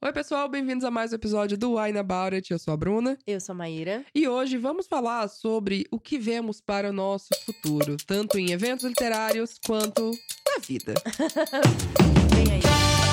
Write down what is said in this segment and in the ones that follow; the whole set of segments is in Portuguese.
Oi, pessoal, bem-vindos a mais um episódio do Wine About It. Eu sou a Bruna. Eu sou a Maíra. E hoje vamos falar sobre o que vemos para o nosso futuro, tanto em eventos literários quanto na vida. Vem aí.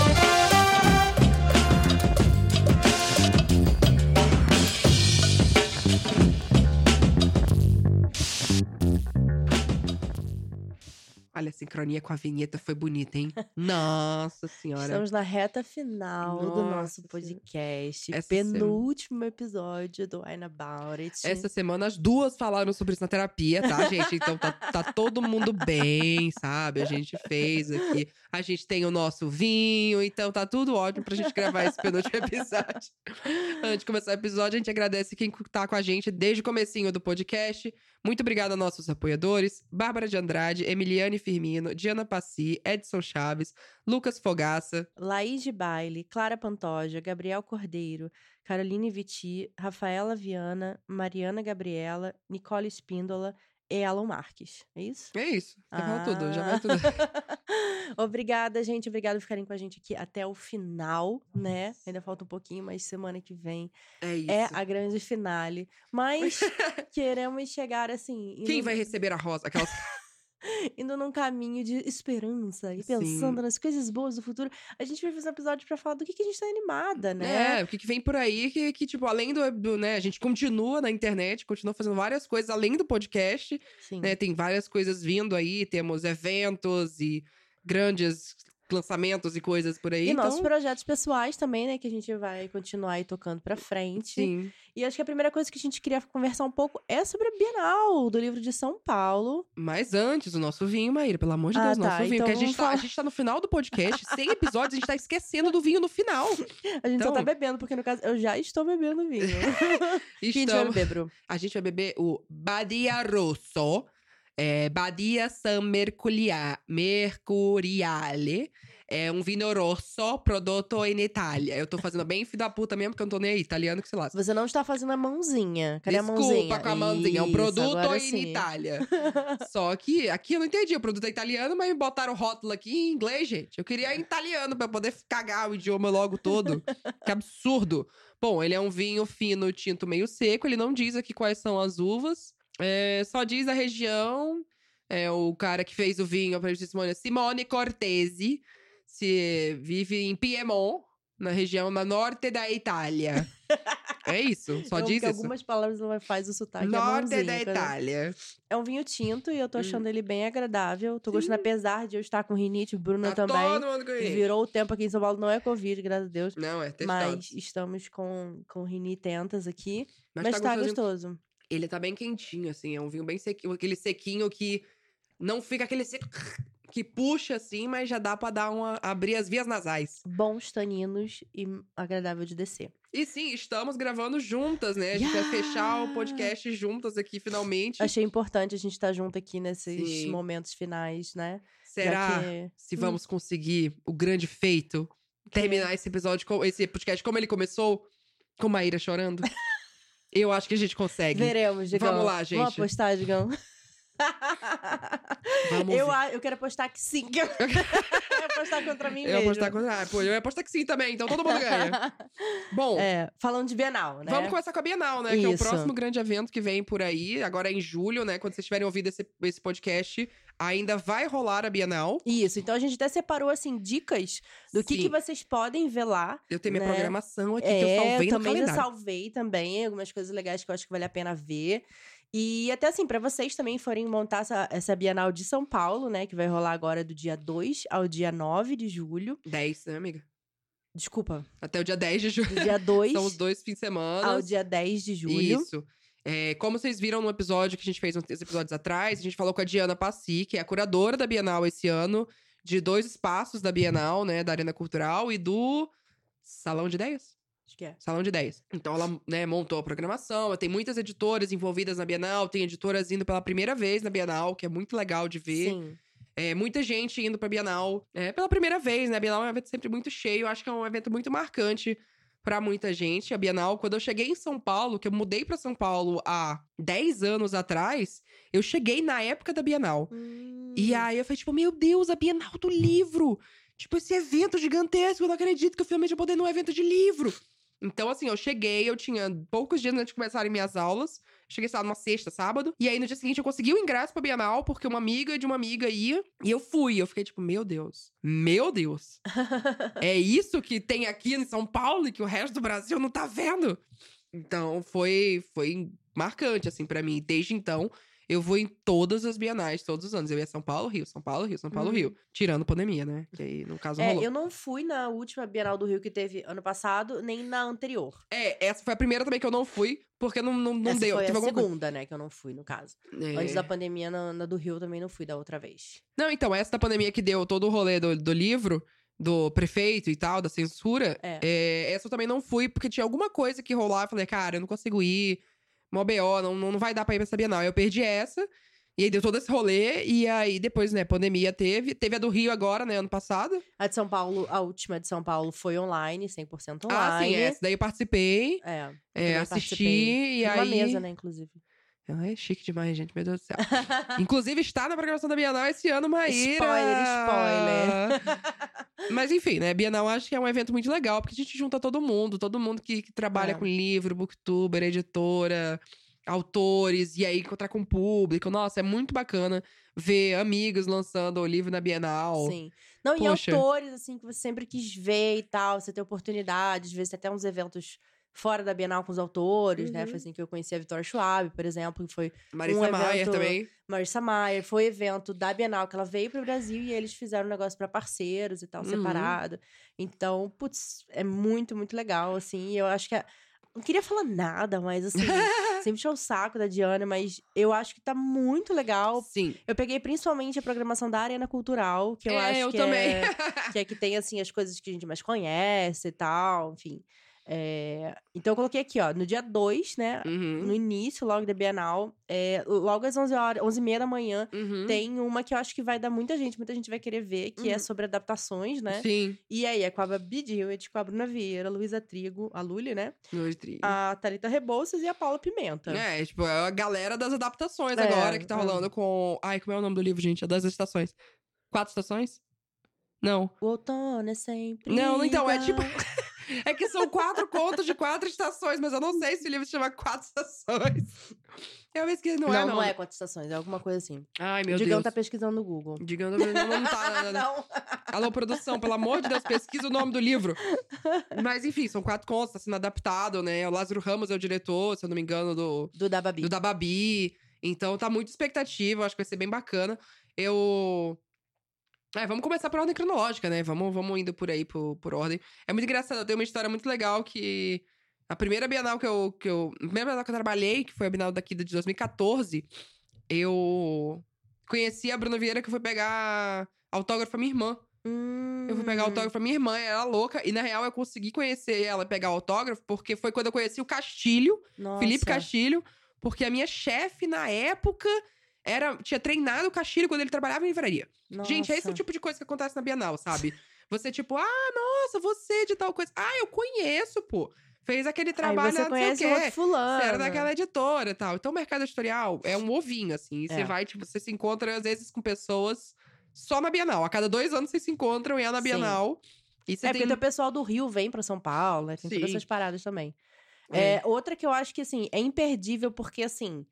Olha, a sincronia com a vinheta foi bonita, hein? Nossa senhora. Estamos na reta final do Nossa nosso podcast. Essa Penúltimo episódio do Wine About It. Essa semana as duas falaram sobre isso na terapia, tá, gente? Então tá todo mundo bem, sabe? A gente fez aqui. A gente tem o nosso vinho, então tá tudo ótimo pra gente gravar esse penúltimo episódio. Antes de começar o episódio, a gente agradece quem tá com a gente desde o comecinho do podcast. Muito obrigada aos nossos apoiadores: Bárbara de Andrade, Emiliane Firmino, Diana Passi, Edson Chaves, Lucas Fogaça, Laís de Baile, Clara Pantoja, Gabriel Cordeiro, Caroline Viti, Rafaela Viana, Mariana Gabriela, Nicole Espíndola e Elon Marques. É isso? É isso, já falou tudo, já vai tudo. Obrigada, gente. Obrigada por ficarem com a gente aqui até o final, né? Ainda falta um pouquinho, mas semana que vem É isso. é a grande finale. Mas queremos chegar assim. Quem vai receber a rosa? Aquelas... Indo num caminho de esperança e Sim. pensando nas coisas boas do futuro. A gente vai fazer um episódio pra falar do que a gente tá animada, né? É, o que vem por aí que tipo, além do, né, a gente continua na internet, continua fazendo várias coisas além do podcast, Sim. né, tem várias coisas vindo aí, temos eventos e grandes lançamentos e coisas por aí, E então... nossos projetos pessoais também, né? Que a gente vai continuar aí tocando pra frente. Sim. E acho que a primeira coisa que a gente queria conversar um pouco é sobre a Bienal do livro de São Paulo. Mas antes, o nosso vinho, Maíra, pelo amor de Ah, Deus, tá, nosso vinho. então Porque vamos a gente tá no final do podcast, 100 episódios, a gente tá esquecendo do vinho no final. A gente só Então- tá bebendo, porque no caso eu já estou bebendo vinho. O que a gente vai Estamos... beber, Bru? A gente vai beber o Badia Rosso, Badia San Mercuriale. É um vinho rosso prodotto in Italia. Eu tô fazendo bem filho da puta mesmo, porque eu não tô nem aí, italiano que se lasca. Você não está fazendo a mãozinha. Cadê a mãozinha? Desculpa com a mãozinha, é um Isso, produto agora in sim. Itália. Só que aqui eu não entendi, o produto é italiano, mas me botaram o rótulo aqui em inglês, gente. Eu queria em italiano pra poder cagar o idioma logo todo. Que absurdo. Bom, ele é um vinho fino, tinto meio seco, ele não diz aqui quais são as uvas. Só diz a região. O cara que fez o vinho, Simone Cortesi, se vive em Piemont, na região na norte da Itália. É isso, só Não, diz porque isso. algumas palavras não faz o sotaque. é a Norte mãozinha, da quando- Itália. É um vinho tinto e eu tô achando ele bem agradável. Tô gostando, apesar de eu estar com rinite, Bruna Tá também. todo mundo com rinite. Virou o tempo aqui em São Paulo, não é Covid, graças a Deus. Não, é testado. Mas estamos com rinitentas aqui. Mas tá tá gostosinho. gostoso. Ele tá bem quentinho, assim. É um vinho bem sequinho. Aquele sequinho que não fica aquele seco que puxa, assim, mas já dá pra abrir as vias nasais. Bons taninos e agradável de descer. E sim, estamos gravando juntas, né? A gente vai fechar o podcast juntas aqui, finalmente. Achei importante a gente estar junto aqui nesses Sim. momentos finais, né? Será Já que- se vamos conseguir o grande feito? Terminar esse episódio, esse podcast como ele começou? Com Maíra chorando? Eu acho que a gente consegue. Veremos, Digão. Vamos lá, gente. Vamos apostar, Digão? Vamos eu, ver. eu quero apostar que sim. Eu quero apostar contra mim Eu ia mesmo. apostar eu ia apostar que sim também, então todo mundo ganha. Bom, Falando de Bienal, né? vamos começar com a Bienal, né? Que é o Isso. próximo grande evento que vem por aí. Agora é em julho, né? Quando vocês tiverem ouvido esse podcast, ainda vai rolar a Bienal. Isso, então a gente até separou, assim, dicas do que Sim. vocês podem ver lá. Eu tenho minha né? programação aqui, que eu salvei no também já calendário. salvei também, algumas coisas legais que eu acho que vale a pena ver. E até assim, pra vocês também forem montar essa Bienal de São Paulo, né? Que vai rolar agora do dia 2 ao dia 9 de julho. 10, né, amiga? Desculpa, Até o dia 10 de julho. do dia 2 São os 2 fins de semana. ao dia 10 de julho. Isso. Como vocês viram no episódio que a gente fez uns episódios atrás, a gente falou com a Diana Passi, que é a curadora da Bienal esse ano, de 2 espaços da Bienal, né, da Arena Cultural e do Salão de Ideias. Acho que é. Salão de Ideias. Então ela, né, montou a programação, tem muitas editoras envolvidas na Bienal, tem editoras indo pela primeira vez na Bienal, que é muito legal de ver. Sim. Muita gente indo pra Bienal pela primeira vez, né? A Bienal é um evento sempre muito cheio, acho que é um evento muito marcante pra muita gente. A Bienal, quando eu cheguei em São Paulo, que eu mudei pra São Paulo há 10 anos atrás, eu cheguei na época da Bienal. E aí eu falei, tipo, meu Deus, a Bienal do livro! Tipo, esse evento gigantesco, eu não acredito que eu finalmente vou poder ir num evento de livro. Então, assim, eu tinha poucos dias antes de começarem minhas aulas. Cheguei, sei lá, numa sexta, sábado. E aí, no dia seguinte, eu consegui o ingresso pra Bienal, porque uma amiga de uma amiga ia. E eu fui. Eu fiquei tipo, meu Deus. Meu Deus. É isso que tem aqui em São Paulo e que o resto do Brasil não tá vendo? Então, foi marcante, assim, pra mim. Desde então, eu vou em todas as bienais, todos os anos. Eu ia São Paulo, Rio, São Paulo, Rio, São Paulo, Rio. Tirando pandemia, né? Que aí, no caso, rolou. Eu não fui na última Bienal do Rio que teve ano passado, nem na anterior. Essa foi a primeira também que eu não fui, porque não Essa deu. foi Teve a alguma coisa. segunda, né, que eu não fui, no caso. É. Antes da pandemia, na do Rio, também não fui da outra vez. Não, então, essa da pandemia que deu todo o rolê do livro, do prefeito e tal, da censura, essa eu também não fui, porque tinha alguma coisa que rolava. Eu falei, cara, eu não consigo ir, mó BO, não vai dar pra ir pra essa Bienal. Aí eu perdi essa, e aí deu todo esse rolê, e aí depois, né, pandemia teve a do Rio agora, né, ano passado. A de São Paulo, a última de São Paulo foi online, 100% online. Ah, sim, essa daí eu participei, também assisti, participei. e Numa aí... mesa, né, inclusive. É chique demais, gente, meu Deus do céu. Inclusive, está na programação da Bienal esse ano, Maíra! Spoiler. Mas enfim, né, Bienal acho que é um evento muito legal, porque a gente junta todo mundo que trabalha com livro, booktuber, editora, autores, e aí encontrar com o público. Nossa, é muito bacana ver amigos lançando o livro na Bienal. Sim. Não, Poxa. E autores, assim, que você sempre quis ver e tal, você ter oportunidade, às vezes até uns eventos fora da Bienal com os autores, né? Foi assim que eu conheci a Vitória Schwab, por exemplo, que foi Marissa Mayer também. Marissa Mayer, foi evento da Bienal que ela veio pro Brasil e eles fizeram um negócio pra parceiros e tal, separado. Então, putz, é muito, muito legal, assim, e eu acho que não queria falar nada, mas assim, sempre tinha o saco da Diana, mas eu acho que tá muito legal. Sim. Eu peguei principalmente a programação da Arena Cultural, que eu acho que também. que tem, assim, as coisas que a gente mais conhece e tal, enfim. Então eu coloquei aqui, ó, no dia 2, né, no início logo da Bienal, logo às 11h30 da manhã, tem uma que eu acho que vai dar muita gente vai querer ver, que é sobre adaptações, né? Sim. E aí é com a Babi Dewitt, com a Bruna Vieira, a Luísa Trigo, a Luli, né? Luísa Trigo. A Thalita Rebouças e a Paula Pimenta. Tipo, é a galera das adaptações agora que tá rolando com... Ai, como é o nome do livro, gente? É das estações. 4 estações? Não. O outono é sempre Não, então, é igual. tipo... É que são 4 contos de 4 estações, mas eu não sei se o livro se chama 4 estações. Eu pesquisei, não. Não é 4 estações, é alguma coisa assim. Ai, meu Deus. O Digão Deus. tá pesquisando no Google. Digão não tá... Não. Alô, produção, pelo amor de Deus, pesquisa o nome do livro. Mas, enfim, são 4 contos, tá sendo adaptado, né? O Lázaro Ramos é o diretor, se eu não me engano, do da Babi. Do da Babi. Então, tá muito expectativa, acho que vai ser bem bacana. Vamos começar por ordem cronológica, né? Vamos indo por aí, por ordem. É muito engraçado, eu tenho uma história muito legal que... A primeira Bienal que eu trabalhei, que foi a Bienal daqui de 2014, eu conheci a Bruna Vieira, que eu fui pegar autógrafo pra minha irmã. Eu fui pegar autógrafo pra minha irmã, ela era louca. E, na real, eu consegui conhecer ela e pegar autógrafo, porque foi quando eu conheci o Castilho, Felipe Castilho. Porque a minha chefe, na época... tinha treinado o Castilho quando ele trabalhava em livraria. Nossa. Gente, esse é o tipo de coisa que acontece na Bienal, sabe? Você, tipo, nossa, você de tal coisa. Eu conheço, pô. Fez aquele trabalho, você conhece o outro fulano. Você era daquela editora e tal. Então, o mercado editorial é um ovinho, assim. E você vai, tipo, você se encontra, às vezes, com pessoas só na Bienal. A cada 2 anos, vocês se encontram e é na Bienal. E você porque o pessoal do Rio vem pra São Paulo, né? Tem todas essas paradas também. Outra que eu acho que, assim, é imperdível, porque, assim...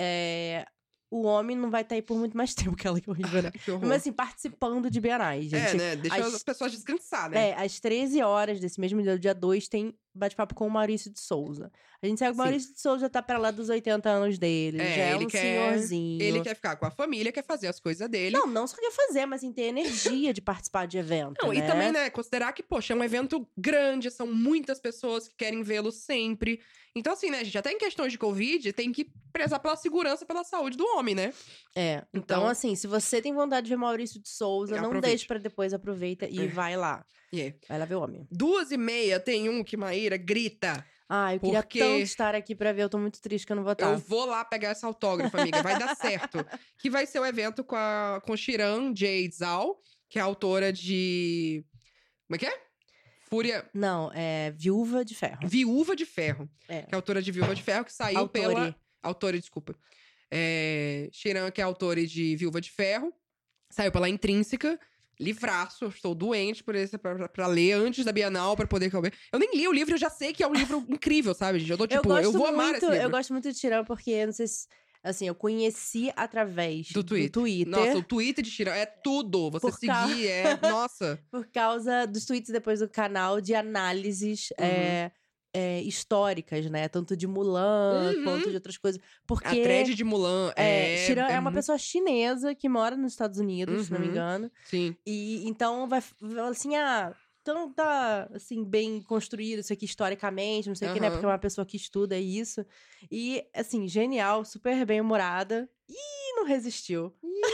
O homem não vai estar aí por muito mais tempo, aquela que horrível, né? Que horror. Mas assim, participando de Bienais, gente. né? Deixa as pessoas descansar, né? Às 13 horas desse mesmo dia 2, tem bate-papo com o Maurício de Souza. A gente sabe que o Maurício de Souza já tá pra lá dos 80 anos dele. Já é um senhorzinho. Ele quer ficar com a família, quer fazer as coisas dele. Não só quer fazer, mas assim, ter energia de participar de evento, Não, né? e também, né, considerar que, poxa, é um evento grande, são muitas pessoas que querem vê-lo sempre. Então, assim, né, gente, até em questões de Covid, tem que prezar pela segurança, pela saúde do homem, né? Então, assim, se você tem vontade de ver Maurício de Souza, não deixe pra depois, aproveita e vai lá. Vai lá ver o homem. 2h30 tem um que Maíra grita. Eu queria tanto estar aqui pra ver, eu tô muito triste que eu não vou estar. Eu vou lá pegar esse autógrafo, amiga, vai dar certo. Que vai ser o evento com Shiran Jade Zhao, que é a autora de... Como é que é? Fúria... Não, é Viúva de Ferro. Viúva de Ferro. Que é a autora de Viúva de Ferro, que saiu pela... Autora, desculpa. Shiran, que é a autora de Viúva de Ferro, saiu pela Intrínseca. livraço, eu estou doente por esse, pra ler antes da Bienal, pra poder comer. Eu nem li o livro, eu já sei que é um livro incrível, sabe, gente? Eu tô tipo, eu vou amar esse livro. Eu gosto muito de Chiram porque, não sei se... Assim, eu conheci através do Twitter. Nossa, o Twitter de Chiram é tudo. Você seguir, nossa. Por causa dos tweets depois do canal de análises históricas, né? Tanto de Mulan quanto de outras coisas. Porque a thread de Mulan Chiram é uma pessoa chinesa que mora nos Estados Unidos, se não me engano. Sim. E então vai assim, então tá, assim, bem construído isso aqui historicamente, não sei o que, né? Porque é uma pessoa que estuda isso. E, assim, genial, super bem-humorada. Ih, não resistiu.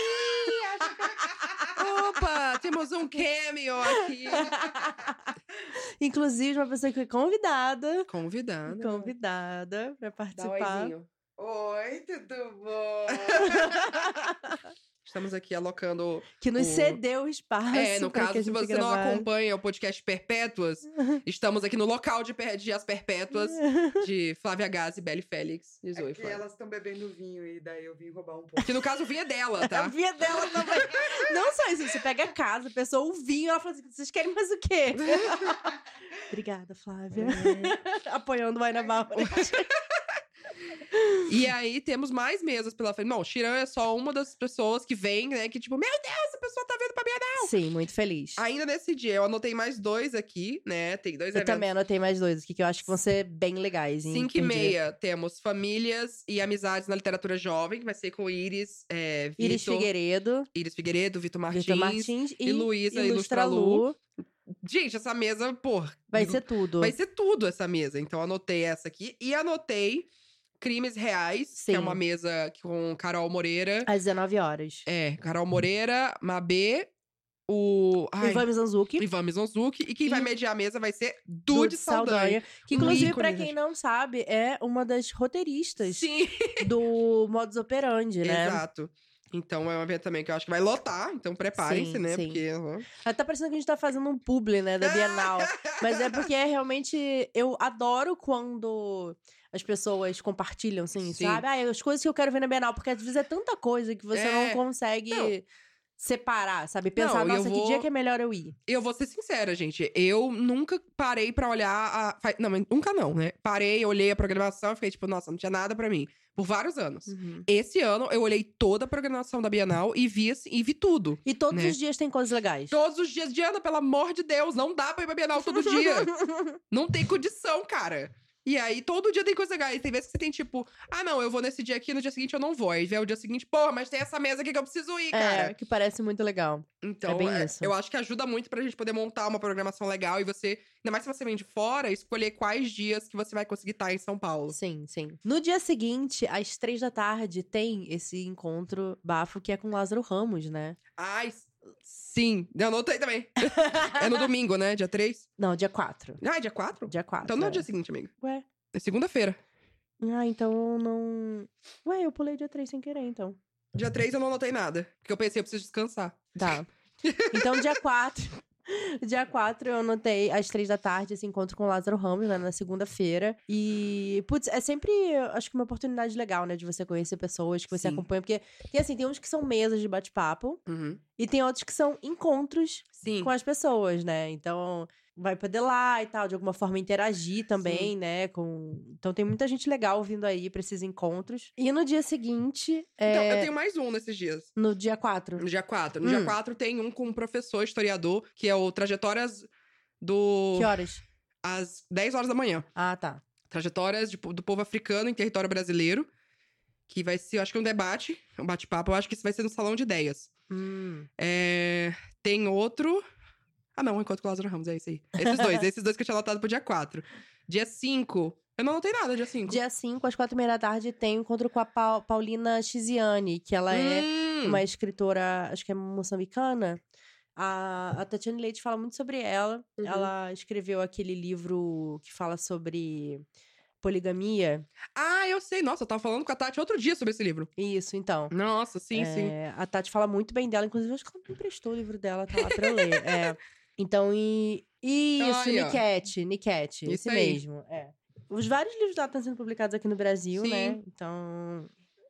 Opa, temos um cameo aqui. Inclusive, uma pessoa que foi convidada pra participar. Oi, tudo bom? Estamos aqui alocando... Que nos cedeu o espaço. No caso, se você não acompanha o podcast Perpétuas, estamos aqui no local de As Perpétuas, de Flávia Gazi, Belle Félix e Zoe Flávia. Elas estão bebendo vinho e daí eu vim roubar um pouco. Que no caso o vinho é dela, tá? O vinho é dela também. Não só isso, você pega a casa, a pessoa, o vinho, ela fala assim, vocês querem mais o quê? Obrigada, Flávia. Apoiando o Aina Bárbara. E aí, temos mais mesas pela frente. Não, Chiram é só uma das pessoas que vem, né? Que tipo, meu Deus, essa pessoa tá vindo pra Bienal. Sim, muito feliz. Ainda nesse dia, eu anotei mais 2 aqui, né? Tem 2 eventos. Eu também anotei mais 2 aqui, que eu acho que vão ser bem legais. 5h30, temos Famílias e Amizades na Literatura Jovem, que vai ser com Iris, Iris Figueiredo, Vitor Martins e Luísa Ilustralu. Gente, essa mesa, pô... Vai ser tudo. Vai ser tudo essa mesa. Então, anotei essa aqui. E anotei Crimes Reais, Sim. que é uma mesa com Carol Moreira. Às 19 horas. Carol Moreira, Mabê, o Ivan Mizanzuki. E quem vai mediar a mesa vai ser Dude Saldanha. Que, inclusive, pra quem não sabe, é uma das roteiristas do Modus Operandi, né? Exato. Então, é um evento também que eu acho que vai lotar. Então, preparem-se, né? Sim. Porque... Tá parecendo que a gente tá fazendo um publi, né? Da Bienal. Mas é porque realmente... Eu adoro quando as pessoas compartilham, assim, sabe? As coisas que eu quero ver na Bienal. Porque às vezes é tanta coisa que você não consegue... separar, sabe? Pensar, nossa, que dia que é melhor eu ir? Eu vou ser sincera, gente. Eu nunca parei pra olhar Não, mas nunca não, né? Parei, olhei a programação e fiquei tipo, nossa, não tinha nada pra mim. Por vários anos. Esse ano, eu olhei toda a programação da Bienal e vi tudo. E todos os dias tem coisas legais. Todos os dias. Diana, pelo amor de Deus, não dá pra ir pra Bienal todo dia. Não tem condição, cara. E aí, todo dia tem coisa legal. E tem vezes que você tem, tipo... não, eu vou nesse dia aqui, no dia seguinte eu não vou. Aí vem o dia seguinte, porra, mas tem essa mesa aqui que eu preciso ir, cara. Que parece muito legal. Então, é bem isso. Eu acho que ajuda muito pra gente poder montar uma programação legal. E você, ainda mais se você vem de fora, escolher quais dias que você vai conseguir estar em São Paulo. Sim, sim. No dia seguinte, às 3 da tarde, tem esse encontro bafo que é com Lázaro Ramos, né? Ai, sim. Eu anotei também. É no domingo, né? Dia 3? Não, dia 4. Dia 4? Dia 4. Então não é o dia seguinte, amiga. Ué? É segunda-feira. Então não... Ué, eu pulei dia 3 sem querer, então. Dia 3 eu não anotei nada. Porque eu pensei, eu preciso descansar. Tá. Então, dia 4... Dia 4, eu anotei às 3 da tarde esse encontro com o Lázaro Ramos, né, na segunda-feira. E, putz, é sempre, acho que uma oportunidade legal, né, de você conhecer pessoas que você acompanha. Porque, tem uns que são mesas de bate-papo e tem outros que são encontros com as pessoas, né? Então, vai poder lá e tal, de alguma forma interagir também, né? Então, tem muita gente legal vindo aí pra esses encontros. E no dia seguinte... Então, eu tenho mais um nesses dias. No dia 4? No dia 4. No dia 4 tem um com um professor historiador, que é o Trajetórias do... Que horas? Às 10 horas da manhã. Ah, tá. Trajetórias do povo africano em território brasileiro. Que vai ser, eu acho que um debate, um bate-papo. Eu acho que isso vai ser no Salão de Ideias. Tem outro... não, encontro com o Lázaro Ramos, é isso aí. Esses dois que eu tinha anotado pro dia 4. Dia 5, eu não anotei nada, dia 5. Dia 5, às 4h30 da tarde, tem um encontro com a Paulina Chiziane, que ela é uma escritora, acho que é moçambicana. A Tatiane Leite fala muito sobre ela. Ela escreveu aquele livro que fala sobre poligamia. Eu sei. Nossa, eu tava falando com a Tati outro dia sobre esse livro. Isso, então. Nossa, sim. A Tati fala muito bem dela. Inclusive, acho que ela me emprestou o livro dela, tá lá pra eu ler. Então, isso, Niquete. Esse mesmo. Os vários livros dela estão sendo publicados aqui no Brasil, né? Então,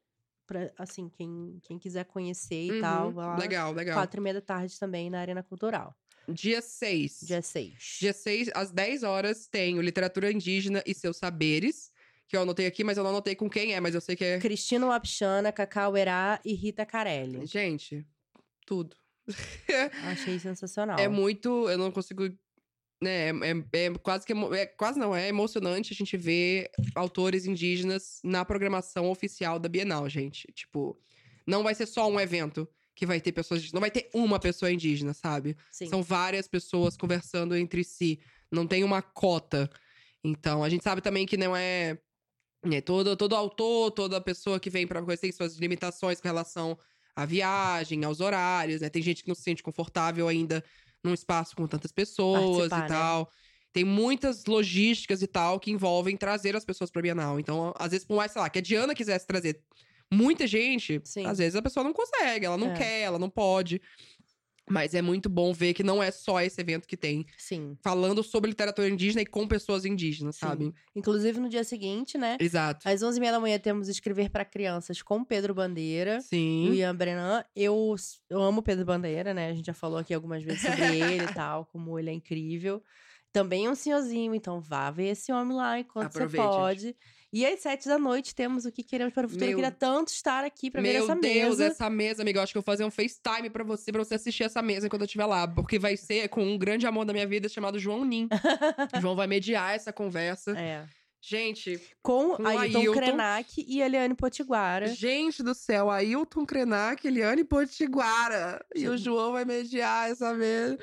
Pra, assim, quem quiser conhecer e tal, vai lá. Legal, legal. 4h30 da tarde também na Arena Cultural. Dia 6. Dia 6. Dia 6, às 10 horas, tem o Literatura Indígena e Seus Saberes. Que eu anotei aqui, mas eu não anotei com quem é, mas eu sei que é... Cristina Wapchana, Cacau Erá e Rita Carelli. Gente, tudo. Achei sensacional. É muito... Eu não consigo... Né, é quase que... quase não, é emocionante a gente ver autores indígenas na programação oficial da Bienal, gente. Tipo, não vai ser só um evento que vai ter pessoas... Não vai ter uma pessoa indígena, sabe? Sim. São várias pessoas conversando entre si. Não tem uma cota. Então, a gente sabe também que não é... Todo autor, toda pessoa que vem pra coisa tem suas limitações com relação à viagem, aos horários, né? Tem gente que não se sente confortável ainda num espaço com tantas pessoas e tal. Né? Tem muitas logísticas e tal que envolvem trazer as pessoas pra Bienal. Então, às vezes, por mais, sei lá, que a Diana quisesse trazer muita gente, Sim. às vezes a pessoa não consegue, ela não quer, ela não pode. Mas é muito bom ver que não é só esse evento que tem. Sim. Falando sobre literatura indígena e com pessoas indígenas, sabe? Inclusive, no dia seguinte, né? Exato. Às 11h30 da manhã, temos Escrever para Crianças com Pedro Bandeira. Sim. E o Ian Brenan. Eu amo Pedro Bandeira, né? A gente já falou aqui algumas vezes sobre ele e tal, como ele é incrível. Também é um senhorzinho, então vá ver esse homem lá enquanto você pode. Gente. E às 7 da noite temos O Que Queremos para o Futuro. Eu queria tanto estar aqui pra ver essa mesa. Meu Deus, essa mesa, amiga. Eu acho que eu vou fazer um FaceTime pra você assistir essa mesa quando eu estiver lá. Porque vai ser com um grande amor da minha vida chamado João Nin. João vai mediar essa conversa. Gente, com Ailton Krenak e Eliane Potiguara. Gente do céu, Ailton Krenak e Eliane Potiguara. E o João vai mediar essa mesa.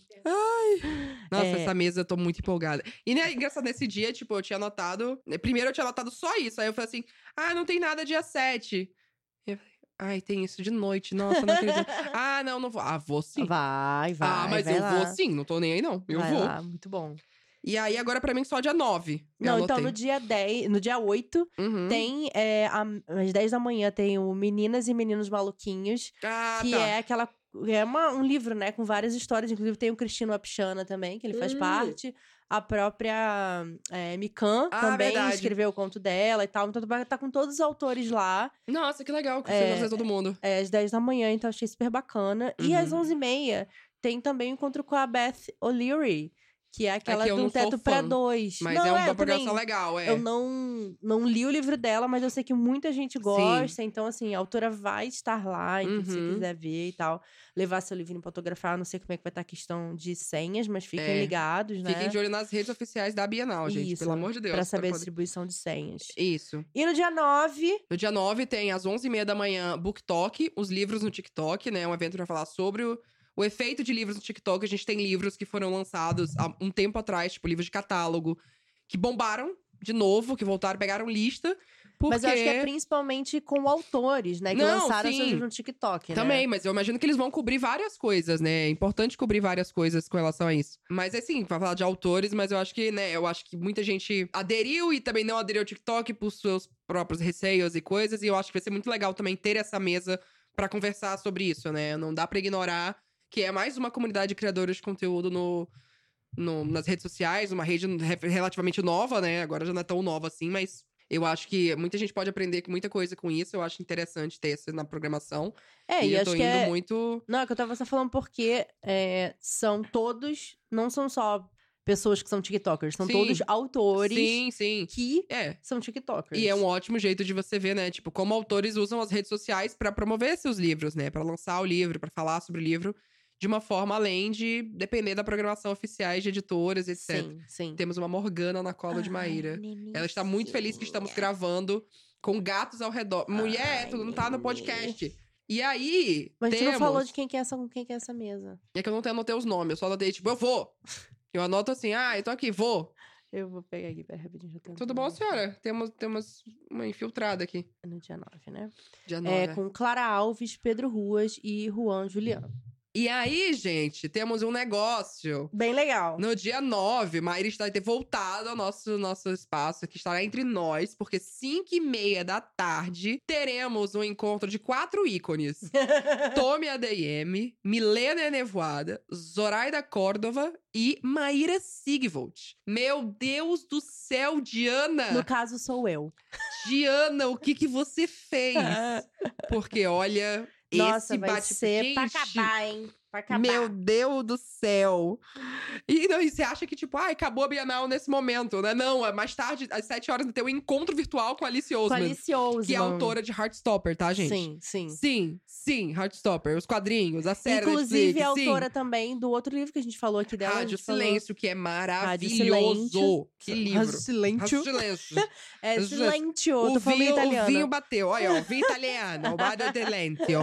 Ai! Nossa, essa mesa eu tô muito empolgada. E né, engraçado, nesse dia, tipo, eu tinha anotado... Primeiro eu tinha anotado só isso. Aí eu falei assim, não tem nada dia 7. E eu falei, ai, tem isso de noite. Nossa, não acredito. Não vou. Vou sim. Vai. Mas vai eu lá. vou sim, não tô nem aí não. Eu vou. Lá, muito bom. E aí, agora pra mim, só dia 9. Não, então no dia 8, tem, às 10 da manhã, tem o Meninas e Meninos Maluquinhos. Que é aquela... É um livro, né, com várias histórias. Inclusive tem o Cristina Wapchana também, que ele faz parte. A própria Mikan também escreveu o conto dela e tal. Então tá com todos os autores lá. Nossa, que legal, que você todo mundo. Às 10 da manhã, então achei super bacana. E às 11h30 tem também o encontro com a Beth O'Leary. Que é aquela de Um Teto pra Dois. Mas é uma programação legal, Eu não li o livro dela, mas eu sei que muita gente gosta. Sim. Então, assim, a autora vai estar lá. Então, se você quiser ver e tal, levar seu livrinho pra autografar. Não sei como é que vai estar a questão de senhas, mas fiquem ligados, né? Fiquem de olho nas redes oficiais da Bienal, gente. Pelo amor de Deus. Pra saber a distribuição de senhas. Isso. E no dia 9... No dia 9 tem, às 11h30 da manhã, Book Talk. Os livros no TikTok, né? Um evento pra falar sobre o efeito de livros no TikTok. A gente tem livros que foram lançados há um tempo atrás, tipo livros de catálogo, que bombaram de novo, que voltaram, pegaram lista. Porque... Mas eu acho que é principalmente com autores, né? Que lançaram seus livros no TikTok, né? Também, mas eu imagino que eles vão cobrir várias coisas, né? É importante cobrir várias coisas com relação a isso. Mas assim, pra falar de autores, mas eu acho que, né? Eu acho que muita gente aderiu e também não aderiu ao TikTok por seus próprios receios e coisas. E eu acho que vai ser muito legal também ter essa mesa pra conversar sobre isso, né? Não dá pra ignorar que é mais uma comunidade de criadores de conteúdo nas redes sociais, uma rede relativamente nova, né? Agora já não é tão nova assim, mas eu acho que muita gente pode aprender muita coisa com isso. Eu acho interessante ter isso na programação. E eu acho tô que indo muito... Não, é que eu tava só falando porque são todos... Não são só pessoas que são tiktokers, são todos autores que são tiktokers. E é um ótimo jeito de você ver, né? Tipo, como autores usam as redes sociais pra promover seus livros, né? Pra lançar o livro, pra falar sobre o livro. De uma forma além de depender da programação oficiais de editoras, etc. Sim. Temos uma Morgana na cola de Maíra. Ela está muito feliz que estamos gravando com gatos ao redor. Mulher, tu não tá no podcast. E aí, mas tu não falou de quem que é essa mesa. É que eu não anotei os nomes, eu só anotei, tipo, eu vou. Eu anoto assim, eu tô aqui, vou. Eu vou pegar aqui, pera rapidinho. Já tudo bom, senhora? Temos uma infiltrada aqui. No dia 9, né? Dia 9. Com Clara Alves, Pedro Ruas e Juan Juliano. E aí, gente, temos um negócio. Bem legal. No dia 9, Maíra está ter voltado ao nosso espaço, que estará entre nós, porque 5h30 da tarde teremos um encontro de 4 ícones. Tommy ADM, Milena Enevoada, Zoraida Córdova e Maíra Sigvold. Meu Deus do céu, Diana! No caso, sou eu. Diana, o que você fez? Porque, olha, Nossa, esse vai ser pra Gente, acabar, hein? Pra acabar. Meu Deus do céu. E você acha que, tipo, acabou a Bienal nesse momento, né? Não, é mais tarde, às 7 horas, tem um encontro virtual com a Alice Com a Oseman. Alice Oseman. Que é autora de Heartstopper, tá, gente? Sim, Heartstopper. Os quadrinhos, a série Inclusive, Netflix, é autora também do outro livro que a gente falou aqui dela. Rádio Silêncio, que é maravilhoso. Silêncio. Que livro. Rádio Silêncio. É Silêncio, tô falando em italiano. O vinho bateu, olha, o vinho italiano, o Bado Silêncio.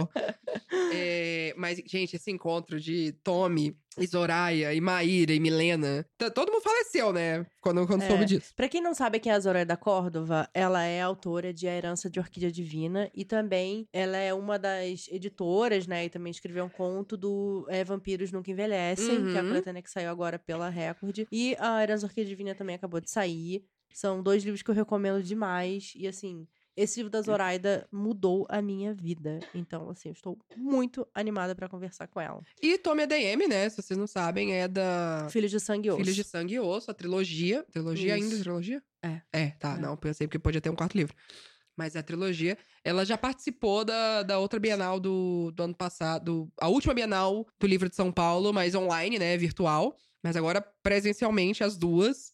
Mas, gente, esse encontro de Tommy e Zoraia, e Maíra, e Milena, todo mundo faleceu, né? Quando soube disso. Pra quem não sabe quem é a Zoraia da Córdova, ela é autora de A Herança de Orquídea Divina e também ela é uma das editoras, né? E também escreveu um conto do Vampiros Nunca Envelhecem, que é a coletânea que saiu agora pela Record. E a Herança de Orquídea Divina também acabou de sair. São 2 livros que eu recomendo demais. E assim, esse livro da Zoraida mudou a minha vida. Então, assim, eu estou muito animada pra conversar com ela. E Tommy ADM, né? Se vocês não sabem, é da... Filhos de Sangue e Osso. Filhos de Sangue e Osso, a trilogia. Trilogia Isso. ainda? Trilogia? Tá. É. Não, pensei porque podia ter um 4º livro. Mas a trilogia, ela já participou da outra Bienal do ano passado. A última Bienal do Livro de São Paulo, mas online, né? Virtual. Mas agora, presencialmente, as duas.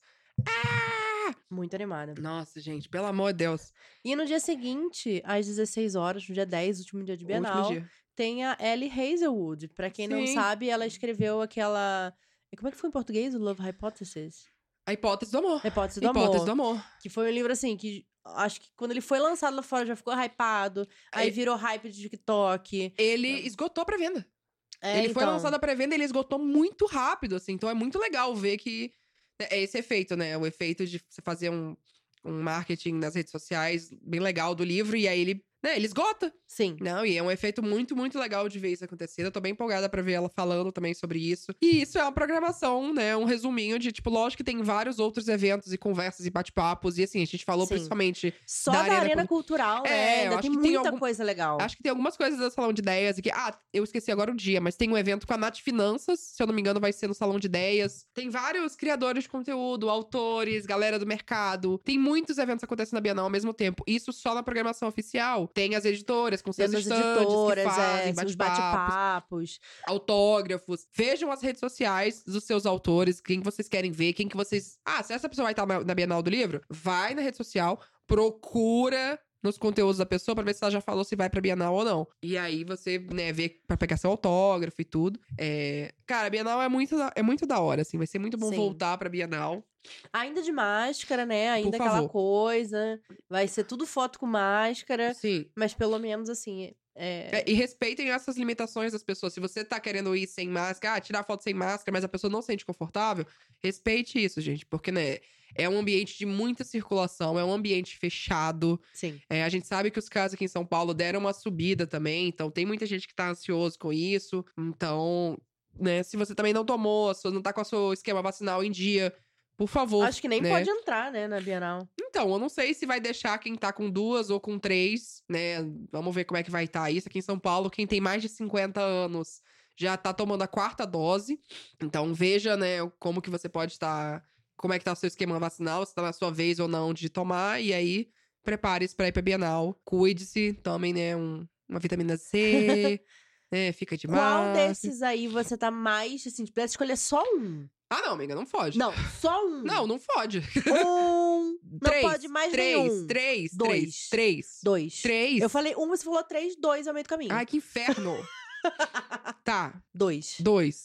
Muito animada. Nossa, gente, pelo amor de Deus. E no dia seguinte, às 16 horas, no dia 10, último dia de Bienal, tem a Ellie Hazelwood. Pra quem não sabe, ela escreveu aquela... Como é que foi em português? O Love Hypothesis? A Hipótese do Amor. A Hipótese do Amor. Que foi um livro, assim, que acho que quando ele foi lançado lá fora já ficou hypado. Aí virou hype de TikTok. Ele esgotou pra venda. Ele foi lançado à pré-venda e ele esgotou muito rápido, assim. Então é muito legal ver que... É esse efeito, né? O efeito de você fazer um marketing nas redes sociais bem legal do livro. E aí ele esgota. Sim. Não, e é um efeito muito, muito legal de ver isso acontecer. Eu tô bem empolgada pra ver ela falando também sobre isso. E isso é uma programação, né? Um resuminho de, tipo, lógico que tem vários outros eventos e conversas e bate-papos. E assim, a gente falou principalmente só da Arena Cultural, né? Ainda tem muita coisa legal. Acho que tem algumas coisas do Salão de Ideias. Que, eu esqueci agora o dia, mas tem um evento com a Nath Finanças. Se eu não me engano, vai ser no Salão de Ideias. Tem vários criadores de conteúdo, autores, galera do mercado. Tem muitos eventos acontecendo na Bienal ao mesmo tempo. Isso só na programação oficial. Tem as editoras com seus stands que fazem bate-papos, autógrafos. Vejam as redes sociais dos seus autores, quem que vocês querem ver, quem que vocês... se essa pessoa vai estar na Bienal do Livro, vai na rede social, procura nos conteúdos da pessoa pra ver se ela já falou se vai pra Bienal ou não. E aí você, né, vê pra pegar seu autógrafo e tudo. Cara, a Bienal é muito da hora, assim. Vai ser muito bom voltar pra Bienal. Ainda de máscara, né? Ainda aquela coisa. Vai ser tudo foto com máscara. Sim. Mas pelo menos, assim... E respeitem essas limitações das pessoas. Se você tá querendo ir sem máscara, tirar foto sem máscara, mas a pessoa não se sente confortável, respeite isso, gente. Porque, né, é um ambiente de muita circulação, é um ambiente fechado. Sim. A gente sabe que os casos aqui em São Paulo deram uma subida também, então tem muita gente que tá ansioso com isso. Então, né, se você também não tomou, não tá com o seu esquema vacinal em dia, por favor. Acho que nem pode entrar, né, na Bienal. Então, eu não sei se vai deixar quem tá com 2 ou com 3, né? Vamos ver como é que vai estar isso. Aqui em São Paulo, quem tem mais de 50 anos já tá tomando a 4ª dose. Então, veja, né, como que você pode estar... Como é que tá o seu esquema vacinal, se tá na sua vez ou não de tomar. E aí, prepare-se pra ir pra Bienal. Cuide-se, tomem, né, uma vitamina C, né, fica de máscara. Qual desses aí você tá mais, assim, pudesse escolher só um? Não, amiga, não fode. Não, só um. Não fode. Não pode mais nenhum. 3. 2. Eu falei 1, você falou 3, 2 ao meio do caminho. Ai, que inferno. Tá. 2.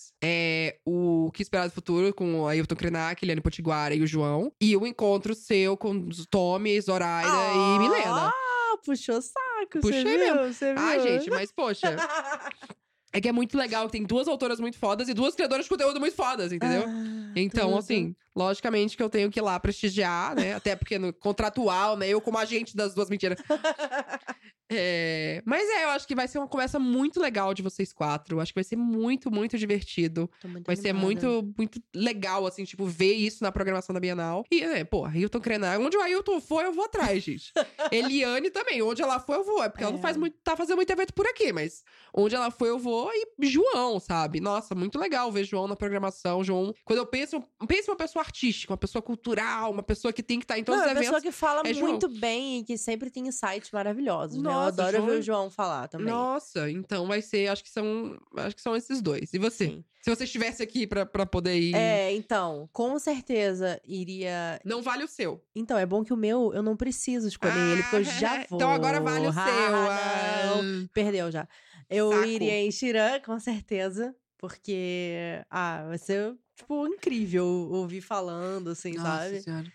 O Que Esperar do Futuro, com a Ailton Krenak, Eliane Potiguara e o João. E o encontro seu com os Tommy, Zoraida e Milena. Puxou saco, Puxei você mesmo. Você viu? Ai, gente, mas poxa... É que é muito legal, que tem 2 autoras muito fodas e 2 criadoras de conteúdo muito fodas, entendeu? Então, assim, logicamente que eu tenho que ir lá prestigiar, né? Até porque no contratual, né? Eu como agente das 2, mentira. Mas eu acho que vai ser uma conversa muito legal de vocês 4. Eu acho que vai ser muito, muito divertido. Tô muito Vai ser animada. muito, muito legal, assim, tipo, ver isso na programação da Bienal. E, Ailton Krenak. Onde o Ailton for, eu vou atrás, gente. Eliane também. Onde ela for, eu vou. É porque ela não tá fazendo muito evento por aqui, mas onde ela for, eu vou. E João, sabe? Nossa, muito legal ver João na programação. João, quando eu penso uma pessoa artística, uma pessoa cultural, uma pessoa que tem que estar em todos os eventos. Uma pessoa que fala muito João. bem e que sempre tem insights maravilhosos, né? Eu Nossa, adoro ver o João falar também. Nossa, então vai ser, acho que são esses dois. E você? Sim. Se você estivesse aqui pra poder ir. Então, com certeza iria. Não vale o seu. Então, é bom que o meu eu não preciso escolher ele, porque eu já vou. Então agora vale o seu. Não. Perdeu já. Eu Saco. iria em Xi'an, com certeza. Porque, vai ser, tipo, incrível ouvir falando, assim, Nossa sabe? Senhora.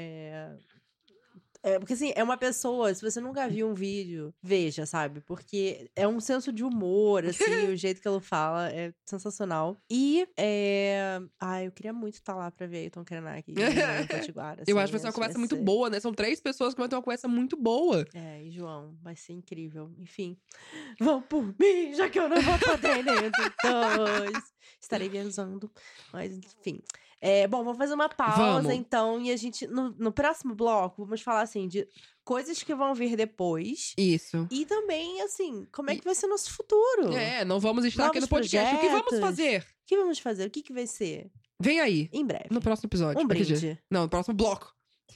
Porque, assim, é uma pessoa, se você nunca viu um vídeo, veja, sabe? Porque é um senso de humor, assim, o jeito que ela fala é sensacional. E, eu queria muito estar lá pra ver Ailton Krenak em Potiguara. Eu assim, acho que vai ser uma conversa muito boa, né? São 3 pessoas que vão ter uma conversa muito boa. E João, vai ser incrível. Enfim, vão por mim, já que eu não vou poder dentro. Estarei viajando. Mas, enfim. Bom, vamos fazer uma pausa, então, e a gente, no próximo bloco, vamos falar, assim, de coisas que vão vir depois. Isso. E também, assim, como é que vai ser nosso futuro? Não vamos estar aqui no podcast. Projetos. O que vamos fazer? O que vamos fazer? O que vai ser? Vem aí. Em breve. No próximo episódio. Um brinde. Não, no próximo bloco.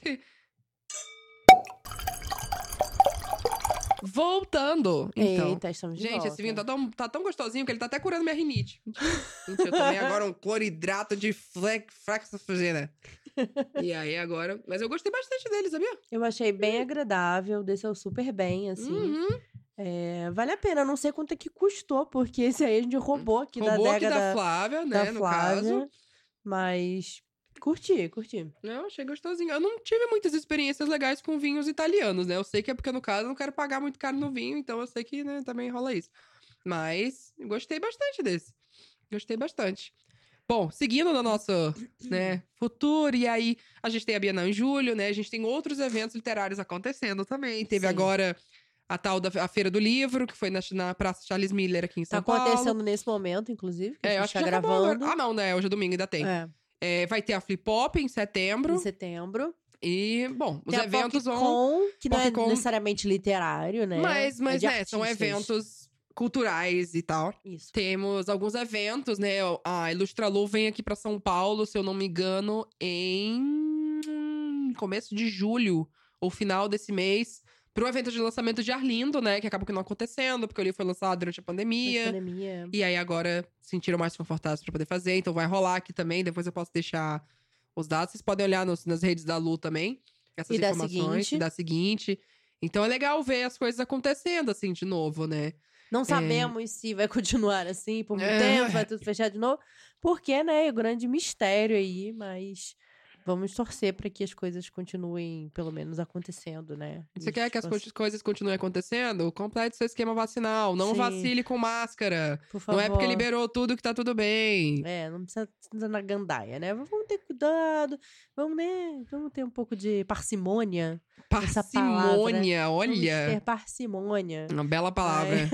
Voltando, então. Eita, estamos de Gente, volta. esse vinho tá tão gostosinho que ele tá até curando minha rinite. Gente, eu tomei agora um cloridrato de flaxofusina. E aí agora... Mas eu gostei bastante dele, sabia? Eu achei bem agradável, desceu super bem, assim. Uhum. Vale a pena, não sei quanto é que custou, porque esse aí a gente roubou aqui da adega da Flávia, né, no caso. Mas curti. Eu achei gostosinho. Eu não tive muitas experiências legais com vinhos italianos, né? Eu sei que é porque, no caso, eu não quero pagar muito caro no vinho, então eu sei que, né, também rola isso. Mas gostei bastante desse. Gostei bastante. Bom, seguindo no nosso, né, futuro, e aí a gente tem a Bienal em julho, né? A gente tem outros eventos literários acontecendo também. Teve agora a tal da Feira do Livro, que foi na Praça Charles Miller aqui em São Paulo. Tá acontecendo nesse momento, inclusive, que a gente acho tá que já gravando. Ah, não, né? Hoje é domingo, ainda tem. Vai ter a Flip Pop em setembro. E, bom, os tem eventos vão... que não é necessariamente literário, né? Mas né, são eventos culturais e tal. Isso. Temos alguns eventos, né? A Ilustralu vem aqui pra São Paulo, se eu não me engano, em começo de julho, ou final desse mês, pro evento de lançamento de Arlindo, né? Que acabou que não acontecendo, porque o livro foi lançado durante a pandemia. E aí agora se sentiram mais confortáveis pra poder fazer, então vai rolar aqui também. Depois eu posso deixar os dados. Vocês podem olhar nas redes da Lu também, essas informações. E da seguinte. Então é legal ver as coisas acontecendo, assim, de novo, né? Não sabemos se vai continuar assim por muito tempo, vai tudo fechar de novo. Porque, né, é um grande mistério aí, mas vamos torcer para que as coisas continuem, pelo menos, acontecendo, né? Você quer que as coisas continuem acontecendo? Complete seu esquema vacinal. Não vacile com máscara. Por favor. Não é porque liberou tudo que tá tudo bem. Não precisa na gandaia, né? Vamos ter cuidado. Vamos ter um pouco de parcimônia. Parcimônia, olha. Vamos ter parcimônia. Uma bela palavra.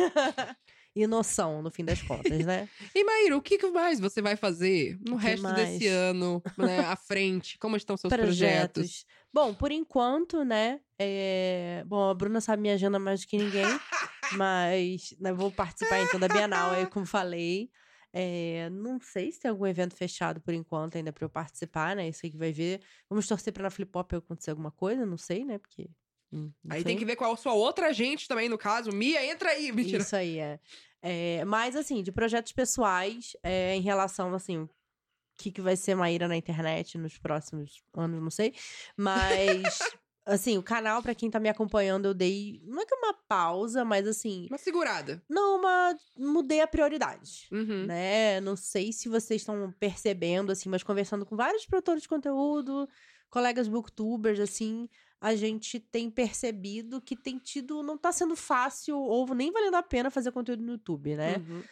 E noção, no fim das contas, né? E, Maíra, o que mais você vai fazer no resto desse ano, né, à frente? Como estão seus projetos? Bom, por enquanto, né? Bom, a Bruna sabe minha agenda mais do que ninguém. Mas né, vou participar, então, da Bienal, aí, como falei. Não sei se tem algum evento fechado por enquanto ainda pra eu participar, né? Isso aí que vai ver. Vamos torcer pra na Flip Pop acontecer alguma coisa, não sei, né? Porque... Aí tem que ver qual a sua outra gente também, no caso. Mia, entra aí, mentira. Isso aí, mas, assim, de projetos pessoais, em relação, assim, o que vai ser Maíra na internet nos próximos anos, não sei. Mas, assim, o canal, pra quem tá me acompanhando, eu dei, não é que uma pausa, mas, assim... Uma segurada. Não, mudei a prioridade, uhum. né? Não sei se vocês estão percebendo, assim, mas conversando com vários produtores de conteúdo, colegas booktubers, assim... A gente tem percebido que não tá sendo fácil ou nem valendo a pena fazer conteúdo no YouTube, né? Uhum.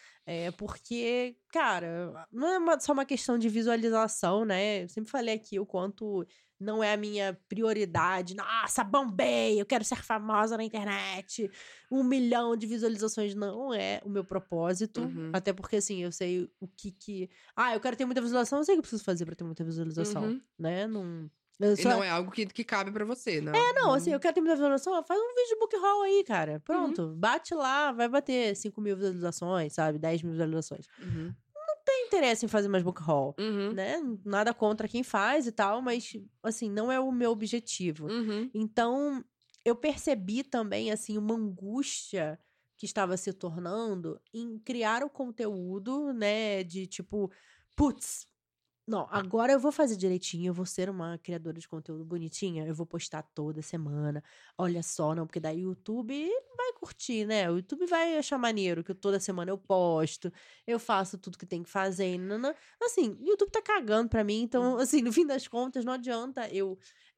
Porque, cara, não é só uma questão de visualização, né? Eu sempre falei aqui o quanto não é a minha prioridade. Nossa, bombei, eu quero ser famosa na internet. 1 milhão de visualizações não é o meu propósito. Até porque, assim, eu sei o que... eu quero ter muita visualização, eu sei o que eu preciso fazer pra ter muita visualização, né? Não... E não é algo que cabe pra você, não. Não, assim, eu quero ter muita visualização, faz um vídeo de book haul aí, cara. Pronto, bate lá, vai bater 5 mil visualizações, sabe? 10 mil visualizações. Não tem interesse em fazer mais book haul, né? Nada contra quem faz e tal, mas, assim, não é o meu objetivo. Então, eu percebi também, assim, uma angústia que estava se tornando em criar o conteúdo, né? De tipo, putz, não, agora eu vou fazer direitinho, eu vou ser uma criadora de conteúdo bonitinha, eu vou postar toda semana. Olha só, não, porque daí o YouTube vai curtir, né? O YouTube vai achar maneiro que toda semana eu posto, eu faço tudo que tem que fazer. Assim, o YouTube tá cagando pra mim, então, assim, no fim das contas, não adianta eu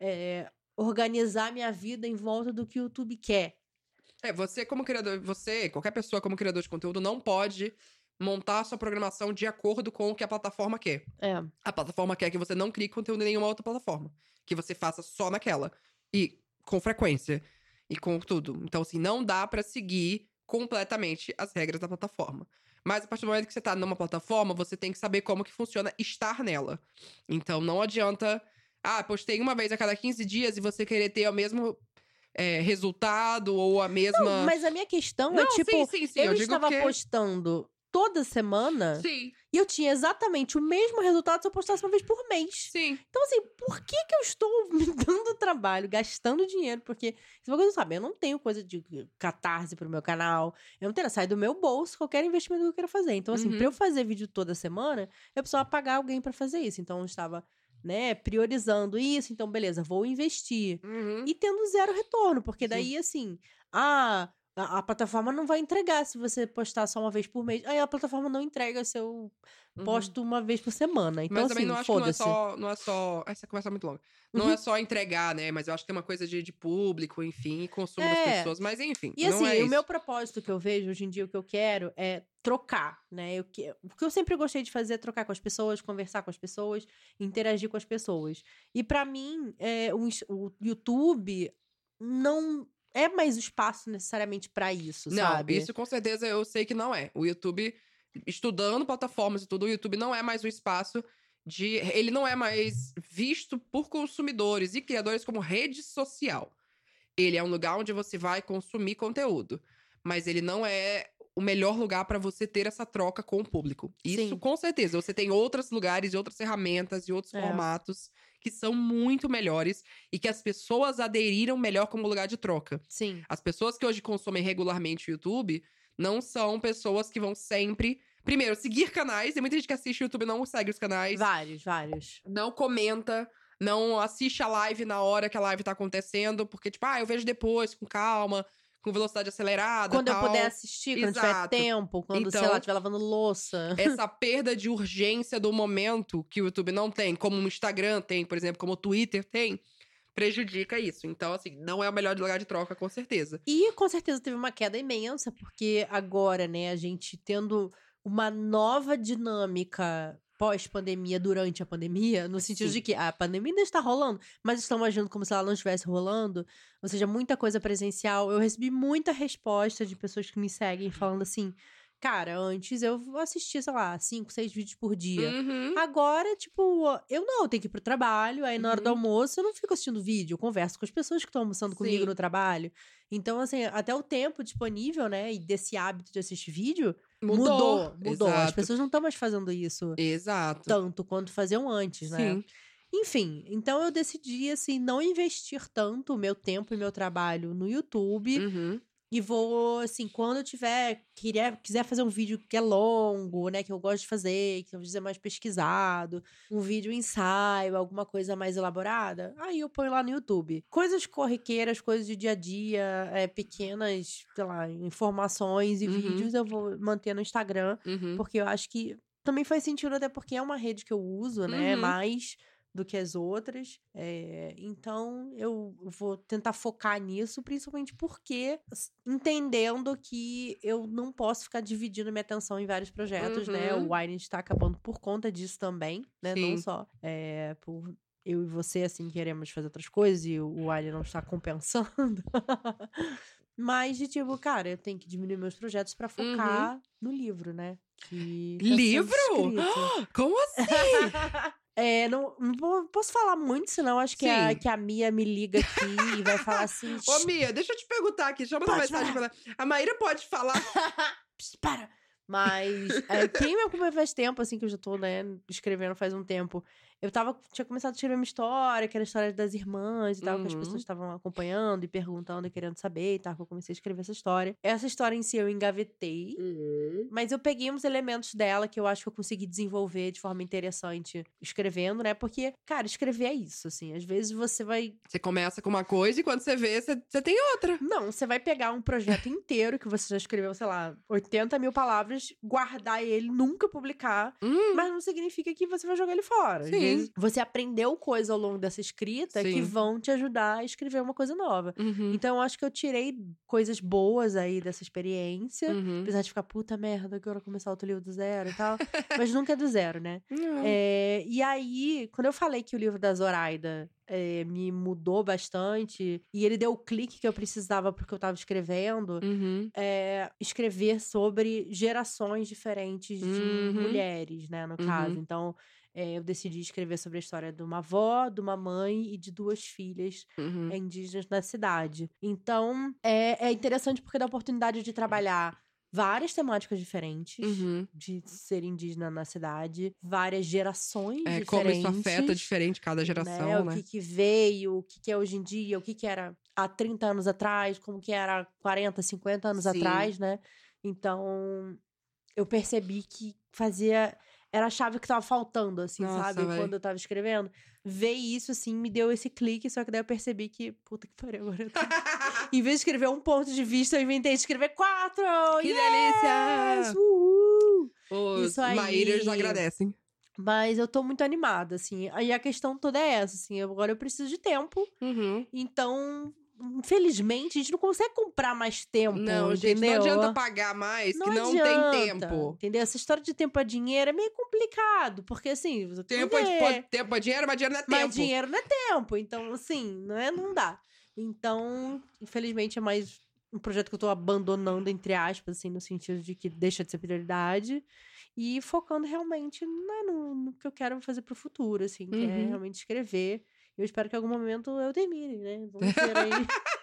organizar minha vida em volta do que o YouTube quer. Você como criador, qualquer pessoa como criador de conteúdo não pode montar a sua programação de acordo com o que a plataforma quer. A plataforma quer que você não crie conteúdo em nenhuma outra plataforma. Que você faça só naquela. E com frequência. E com tudo. Então, assim, não dá pra seguir completamente as regras da plataforma. Mas a partir do momento que você tá numa plataforma, você tem que saber como que funciona estar nela. Então, não adianta... postei uma vez a cada 15 dias e você querer ter o mesmo... resultado ou a mesma... Não, mas a minha questão é, tipo... Sim, eu estava postando toda semana. Sim. E eu tinha exatamente o mesmo resultado se eu postasse uma vez por mês. Sim. Então, assim, por que eu estou me dando trabalho, gastando dinheiro? Porque, se você não sabe, eu não tenho coisa de catarse pro meu canal. Eu não tenho, sai do meu bolso qualquer investimento que eu quero fazer. Então, assim, pra eu fazer vídeo toda semana, eu precisava pagar alguém pra fazer isso. Então, eu estava... né, priorizando isso, então beleza, vou investir. E tendo zero retorno, porque daí, assim, a plataforma não vai entregar se você postar só uma vez por mês. Aí a plataforma não entrega se eu posto uma vez por semana. Então, mas também assim, não acho foda-se. que não é só... Essa conversa é muito longa. Não é só entregar, né? Mas eu acho que tem uma coisa de público, enfim, e consumo das pessoas. Mas, enfim, e, não assim, é o meu propósito que eu vejo hoje em dia, o que eu quero é trocar, né? O que eu sempre gostei de fazer é trocar com as pessoas, conversar com as pessoas, interagir com as pessoas. E pra mim, o YouTube não é mais o espaço necessariamente pra isso, sabe? Não, isso com certeza eu sei que não é. O YouTube, estudando plataformas e tudo, o YouTube não é mais o espaço de... Ele não é mais visto por consumidores e criadores como rede social. Ele é um lugar onde você vai consumir conteúdo. Mas ele não é o melhor lugar pra você ter essa troca com o público. Isso, com certeza. Você tem outros lugares e outras ferramentas e outros formatos que são muito melhores e que as pessoas aderiram melhor como lugar de troca. Sim. As pessoas que hoje consomem regularmente o YouTube não são pessoas que vão sempre... Primeiro, seguir canais. Tem muita gente que assiste o YouTube e não segue os canais. Vários. Não comenta. Não assiste a live na hora que a live tá acontecendo. Porque, tipo, eu vejo depois, com calma, com velocidade acelerada. Quando tal. eu puder assistir, quando tiver tempo, quando, sei lá, estiver lavando louça. Essa perda de urgência do momento que o YouTube não tem, como o Instagram tem, por exemplo, como o Twitter tem, prejudica isso. Então, assim, não é o melhor lugar de troca, com certeza. E, com certeza, teve uma queda imensa, porque agora, né, a gente tendo uma nova dinâmica pós-pandemia, durante a pandemia, no sentido de que a pandemia ainda está rolando, mas estamos agindo como se ela não estivesse rolando, ou seja, muita coisa presencial. Eu recebi muita resposta de pessoas que me seguem falando assim, cara, antes eu assistia, sei lá, 5, 6 vídeos por dia. Agora, tipo, eu tenho que ir pro trabalho, aí na hora do almoço eu não fico assistindo vídeo, eu converso com as pessoas que estão almoçando comigo no trabalho. Então, assim, até o tempo disponível, né, e desse hábito de assistir vídeo mudou. Exato. As pessoas não estão mais fazendo isso tanto quanto faziam antes, né? Enfim, então eu decidi, assim, não investir tanto o meu tempo e meu trabalho no YouTube. E vou, assim, quando eu quiser fazer um vídeo que é longo, né, que eu gosto de fazer, que talvez é mais pesquisado, um vídeo ensaio, alguma coisa mais elaborada, aí eu ponho lá no YouTube. Coisas corriqueiras, coisas de dia a dia, pequenas, sei lá, informações e vídeos eu vou manter no Instagram, porque eu acho que também faz sentido, até porque é uma rede que eu uso, né, mais do que as outras. Então, eu vou tentar focar nisso, principalmente porque entendendo que eu não posso ficar dividindo minha atenção em vários projetos, né? O Wine está acabando por conta disso também, né? Não só por eu e você, assim, queremos fazer outras coisas e o Alien não está compensando. Mas de tipo, cara, eu tenho que diminuir meus projetos pra focar no livro, né? Que tá Livro? sendo escrito. Como assim? Não posso falar muito, senão acho que a Mia me liga aqui e vai falar assim... Ô, Mia, deixa eu te perguntar aqui. Deixa eu mandar mensagem pra ela. A Maíra pode falar... Para! Mas quem me acompanha faz tempo, assim, que eu já tô, né, escrevendo faz um tempo. Eu tinha começado a escrever uma história, que era a história das irmãs e tal, que as pessoas estavam acompanhando e perguntando e querendo saber e tal, que eu comecei a escrever essa história. Essa história em si eu engavetei, mas eu peguei uns elementos dela que eu acho que eu consegui desenvolver de forma interessante escrevendo, né? Porque, cara, escrever é isso, assim. Às vezes você vai... Você começa com uma coisa e quando você vê, você tem outra. Não, você vai pegar um projeto inteiro que você já escreveu, sei lá, 80 mil palavras, guardar ele, nunca publicar, mas não significa que você vai jogar ele fora. Sim. Às vezes você aprendeu coisas ao longo dessa escrita que vão te ajudar a escrever uma coisa nova. Então, eu acho que eu tirei coisas boas aí dessa experiência, apesar de ficar, puta merda, agora começar outro livro do zero e tal, mas nunca é do zero, né? E aí, quando eu falei que o livro da Zoraida me mudou bastante, e ele deu o clique que eu precisava porque eu tava escrevendo, escrever sobre gerações diferentes de mulheres, né, no caso. Então, eu decidi escrever sobre a história de uma avó, de uma mãe e de 2 filhas indígenas na cidade. Então, é interessante porque dá a oportunidade de trabalhar várias temáticas diferentes de ser indígena na cidade, várias gerações diferentes. Como isso afeta diferente cada geração, né? O que veio, o que é hoje em dia, o que era há 30 anos atrás, como que era 40, 50 anos atrás, né? Então, eu percebi que era a chave que tava faltando, assim, sabe? Quando eu tava escrevendo. Ver isso, assim, me deu esse clique, só que daí eu percebi que, puta que pariu, agora eu tô... Em vez de escrever um ponto de vista, eu inventei de escrever 4! Que delícia! Uhul! Os Maíras agradecem. Mas eu tô muito animada, assim. Aí a questão toda é essa, assim. Agora eu preciso de tempo. Então... Infelizmente, a gente não consegue comprar mais tempo, não, gente, entendeu? Não adianta pagar mais, que não tem tempo. Entendeu? Essa história de tempo é dinheiro é meio complicado, porque assim... Tempo é dinheiro, mas dinheiro não é tempo. Mas dinheiro não é tempo, então assim, não dá. Então, infelizmente, é mais um projeto que eu tô abandonando, entre aspas, assim, no sentido de que deixa de ser prioridade. E focando realmente no que eu quero fazer pro futuro, assim, que é realmente escrever. Eu espero que em algum momento eu termine, né? Vamos ver aí.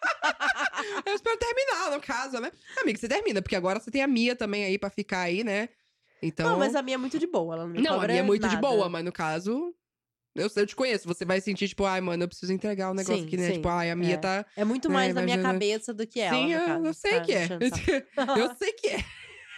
Eu espero terminar, no caso, né? Amiga, você termina, porque agora você tem a Mia também aí pra ficar aí, né? Então... Não, mas a Mia é muito de boa, ela não me cobra a Mia é muito nada. de boa, mas no caso... Eu te conheço, você vai sentir, tipo, ai, mano, eu preciso entregar um negócio aqui, né? Tipo, ai, a Mia tá... É muito mais na minha cabeça do que ela, sim, no caso. Eu sei que é. Eu sei que é.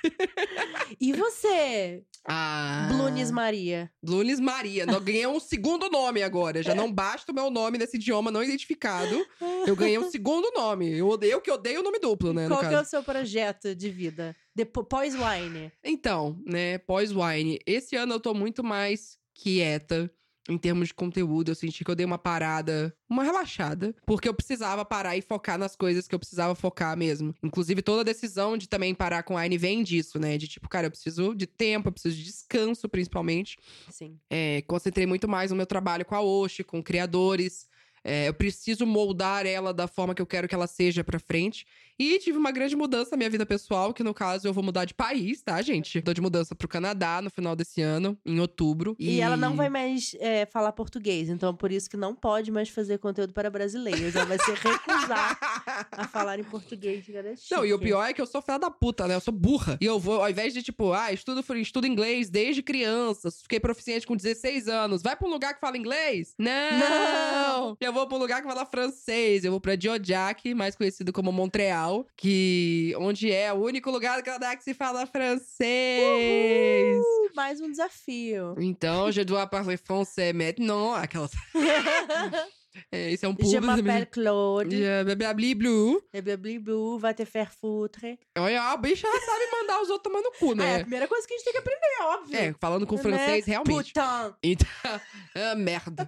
E você? Blunis Maria. Blunis Maria. Ganhei um segundo nome agora. Já não basta o meu nome nesse idioma não identificado. Eu ganhei um segundo nome. Eu odeio o nome duplo, né? Qual que é o seu projeto de vida? Pós-Wine. Então, né? Pós-Wine. Esse ano eu tô muito mais quieta. Em termos de conteúdo, eu senti que eu dei uma parada, uma relaxada. Porque eu precisava parar e focar nas coisas que eu precisava focar mesmo. Inclusive, toda a decisão de também parar com a Wine vem disso, né? De tipo, cara, eu preciso de tempo, eu preciso de descanso, principalmente. Sim. Concentrei muito mais no meu trabalho com a Oshi, com criadores. Eu preciso moldar ela da forma que eu quero que ela seja pra frente. E tive uma grande mudança na minha vida pessoal, que no caso eu vou mudar de país, tá, gente? Tô de mudança pro Canadá no final desse ano, em outubro. E ela não vai mais falar português, então por isso que não pode mais fazer conteúdo para brasileiros. Ela vai se recusar a falar em português. Não, e o pior é que eu sou filha da puta, né? Eu sou burra. E eu vou, ao invés de tipo, estudo inglês desde criança, fiquei proficiente com 16 anos. Vai pra um lugar que fala inglês? Não! Eu vou pra um lugar que fala francês. Eu vou pra Diojac, mais conhecido como Montreal. Onde é o único lugar do Canadá que se fala francês. Uhul, mais um desafio. Então, je dois parler français maintenant. Aquelas... Esse é um público. Je m'appelle Claude. Blabli blue. Blabli blue, vai te faire foutre. Olha, a bicha sabe mandar os outros tomar no cu, né? É a primeira coisa que a gente tem que aprender, óbvio. Falando com francês, realmente. Putain. Então, merda.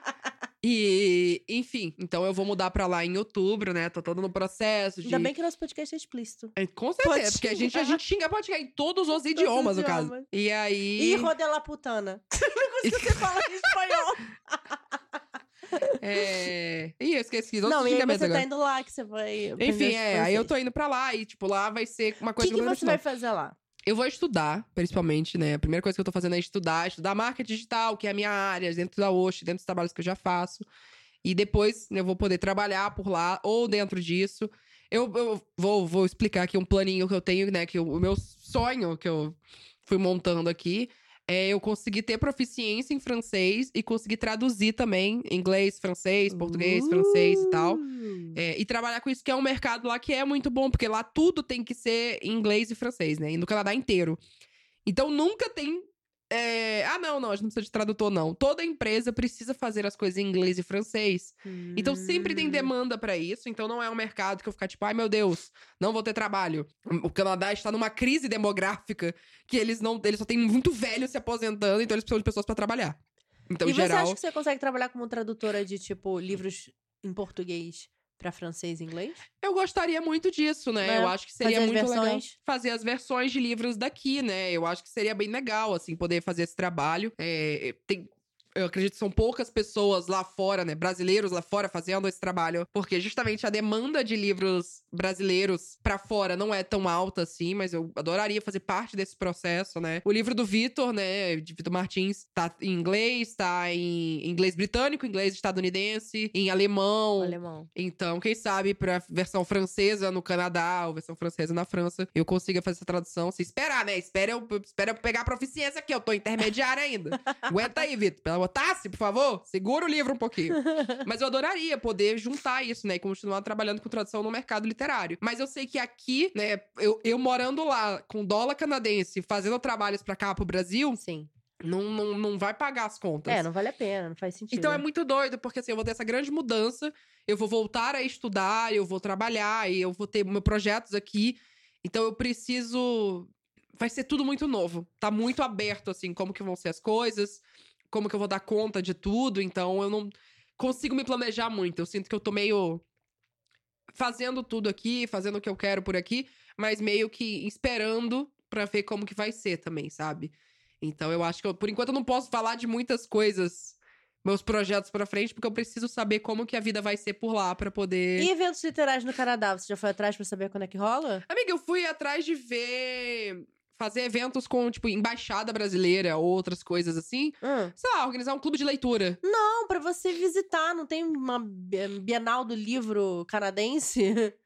E, enfim, então eu vou mudar pra lá em outubro, né? Tô todo no processo de... Ainda bem que nosso podcast é explícito. Com certeza, porque a gente xinga podcast em todos os idiomas, no caso. E aí... E roda la putana. Não consigo você falar em espanhol. Ih, eu esqueci. Não, e aí você tá indo lá, que você vai... Enfim, aí eu tô indo pra lá. E, tipo, lá vai ser uma coisa... O que você vai fazer lá? Eu vou estudar, principalmente, né? A primeira coisa que eu tô fazendo é estudar marketing digital, que é a minha área, dentro da Osh, dentro dos trabalhos que eu já faço. E depois eu vou poder trabalhar por lá ou dentro disso. Eu vou explicar aqui um planinho que eu tenho, né? Que o meu sonho que eu fui montando aqui é eu conseguir ter proficiência em francês e conseguir traduzir também inglês, francês, português, francês e tal. E trabalhar com isso, que é um mercado lá que é muito bom, porque lá tudo tem que ser em inglês e francês, né? E no Canadá inteiro. Então nunca tem. Não, a gente não precisa de tradutor, não. Toda empresa precisa fazer as coisas em inglês e francês. Então sempre tem demanda pra isso. Então não é um mercado que eu ficar tipo, ai meu Deus, não vou ter trabalho. O Canadá está numa crise demográfica que eles só tem muito velho se aposentando, então eles precisam de pessoas pra trabalhar. Então, e em geral, você acha que você consegue trabalhar como tradutora de, tipo, livros em português pra francês e inglês? eu gostaria muito disso, né? Eu acho que seria fazer muito legal fazer as versões de livros daqui, né? Eu acho que seria bem legal, assim, poder fazer esse trabalho. Eu acredito que são poucas pessoas lá fora, né? Brasileiros lá fora fazendo esse trabalho. Porque justamente a demanda de livros brasileiros pra fora não é tão alta assim, mas eu adoraria fazer parte desse processo, né? O livro do Vitor, né? De Vitor Martins, tá em inglês, tá em inglês britânico, inglês estadunidense, em alemão. Então, quem sabe pra versão francesa no Canadá, ou versão francesa na França, eu consiga fazer essa tradução. Se esperar, né? Espera eu pegar a proficiência aqui, eu tô intermediária ainda. Aguenta aí, Vitor. Pelo amor, Tassi, por favor, segura o livro um pouquinho. Mas eu adoraria poder juntar isso, né? E continuar trabalhando com tradução no mercado literário. Mas eu sei que aqui, né? Eu morando lá, com dólar canadense, fazendo trabalhos pra cá, pro Brasil... Sim. Não vai pagar as contas. Não vale a pena, não faz sentido. Então é muito doido, porque assim, eu vou ter essa grande mudança, eu vou voltar a estudar, eu vou trabalhar, e eu vou ter meus projetos aqui. Então eu preciso... Vai ser tudo muito novo. Tá muito aberto, assim, como que vão ser as coisas, como que eu vou dar conta de tudo. Então eu não consigo me planejar muito. Eu sinto que eu tô meio fazendo tudo aqui, fazendo o que eu quero por aqui, mas meio que esperando pra ver como que vai ser também, sabe? Então eu acho que, por enquanto, eu não posso falar de muitas coisas, meus projetos pra frente, porque eu preciso saber como que a vida vai ser por lá pra poder... E eventos literários no Canadá? Você já foi atrás pra saber quando é que rola? Amiga, eu fui atrás de fazer eventos com, tipo, embaixada brasileira ou outras coisas assim. Sei lá, organizar um clube de leitura. Não, pra você visitar. Não tem uma Bienal do Livro canadense?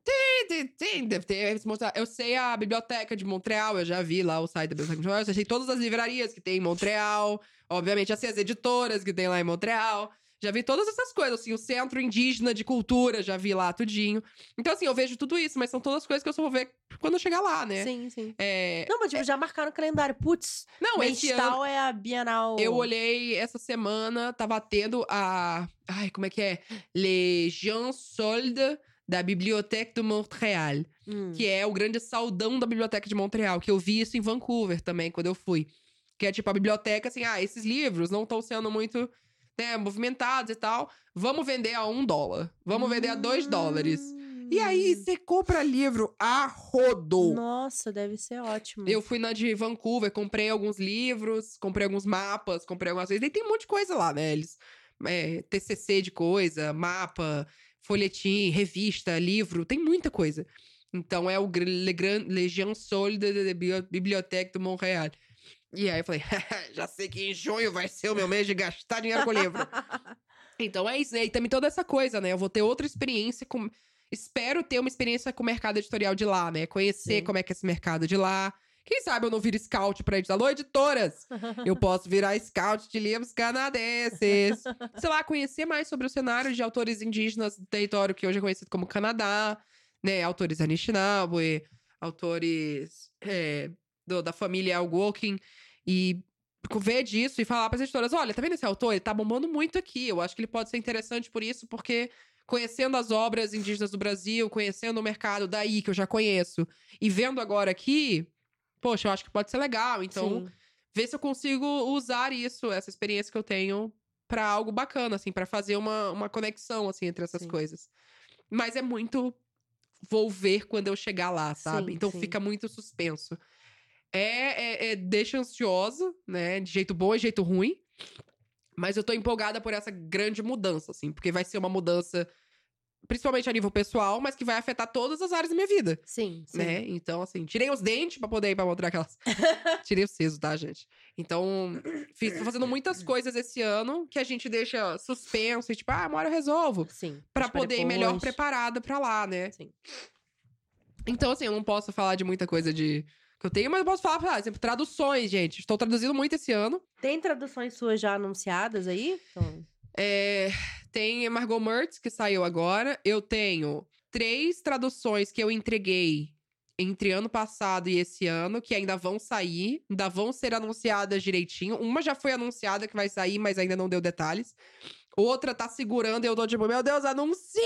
Tem, deve ter. Eu sei a Biblioteca de Montreal, eu já vi lá o site da Biblioteca de Montreal. Eu sei todas as livrarias que tem em Montreal. Obviamente, assim, as editoras que tem lá em Montreal. Já vi todas essas coisas, assim, o Centro Indígena de Cultura, já vi lá tudinho. Então, assim, eu vejo tudo isso, mas são todas coisas que eu só vou ver quando eu chegar lá, né? Sim. Não, mas tipo, já marcaram o calendário. Putz, não, esse ano é a Bienal... Eu olhei essa semana, tava tendo a... Ai, como é que é? Les Gens Soldes da Bibliothèque de Montréal. Que é o grande saldão da Biblioteca de Montreal. Que eu vi isso em Vancouver também, quando eu fui. Que é tipo a biblioteca, assim, esses livros não estão sendo muito... né, movimentados e tal, vamos vender a $1. Vamos vender a $2. E aí, você compra livro a rodo. Nossa, deve ser ótimo. Eu fui na de Vancouver, comprei alguns livros, comprei alguns mapas, comprei algumas coisas. E tem um monte de coisa lá, né? Eles, TCC de coisa, mapa, folhetim, revista, livro, tem muita coisa. Então, é o Les Gens Soldes da Bibliothèque de Montréal. E aí eu falei, já sei que em junho vai ser o meu mês de gastar dinheiro com livro. Então é isso, né? E também toda essa coisa, né? Eu vou ter outra experiência com... Espero ter uma experiência com o mercado editorial de lá, né? Conhecer como é que é esse mercado de lá. Quem sabe eu não viro scout pra editar. Alô, editoras! Eu posso virar scout de livros canadenses. Sei lá, conhecer mais sobre o cenário de autores indígenas do território que hoje é conhecido como Canadá. Né? Autores Anishinaabe, autores da família Algonquin. E ver disso e falar pras editoras, olha, tá vendo esse autor? Ele tá bombando muito aqui. Eu acho que ele pode ser interessante por isso, porque conhecendo as obras indígenas do Brasil, conhecendo o mercado daí, que eu já conheço, e vendo agora aqui, poxa, eu acho que pode ser legal. Então, ver se eu consigo usar isso, essa experiência que eu tenho, pra algo bacana, assim, pra fazer uma conexão, assim, entre essas coisas. Mas é muito... Vou ver quando eu chegar lá, sabe? Então fica muito suspenso. Deixa ansiosa, né? De jeito bom e jeito ruim. Mas eu tô empolgada por essa grande mudança, assim. Porque vai ser uma mudança, principalmente a nível pessoal, mas que vai afetar todas as áreas da minha vida. Sim, sim. Né? Então, assim, tirei os dentes pra poder ir pra mostrar aquelas... Tirei o siso, tá, gente? Então, tô fazendo muitas coisas esse ano que a gente deixa suspenso e tipo, uma hora eu resolvo. Sim. Pra poder ir melhor preparada pra lá, né? Sim. Então, assim, eu não posso falar de muita coisa que eu tenho, mas eu posso falar, por exemplo, traduções, gente. Estou traduzindo muito esse ano. Tem traduções suas já anunciadas aí? Então... Tem Margot Mertz, que saiu agora. Eu tenho 3 traduções que eu entreguei entre ano passado e esse ano, que ainda vão sair, ainda vão ser anunciadas direitinho. Uma já foi anunciada que vai sair, mas ainda não deu detalhes. Outra tá segurando e eu tô tipo, meu Deus, anuncie!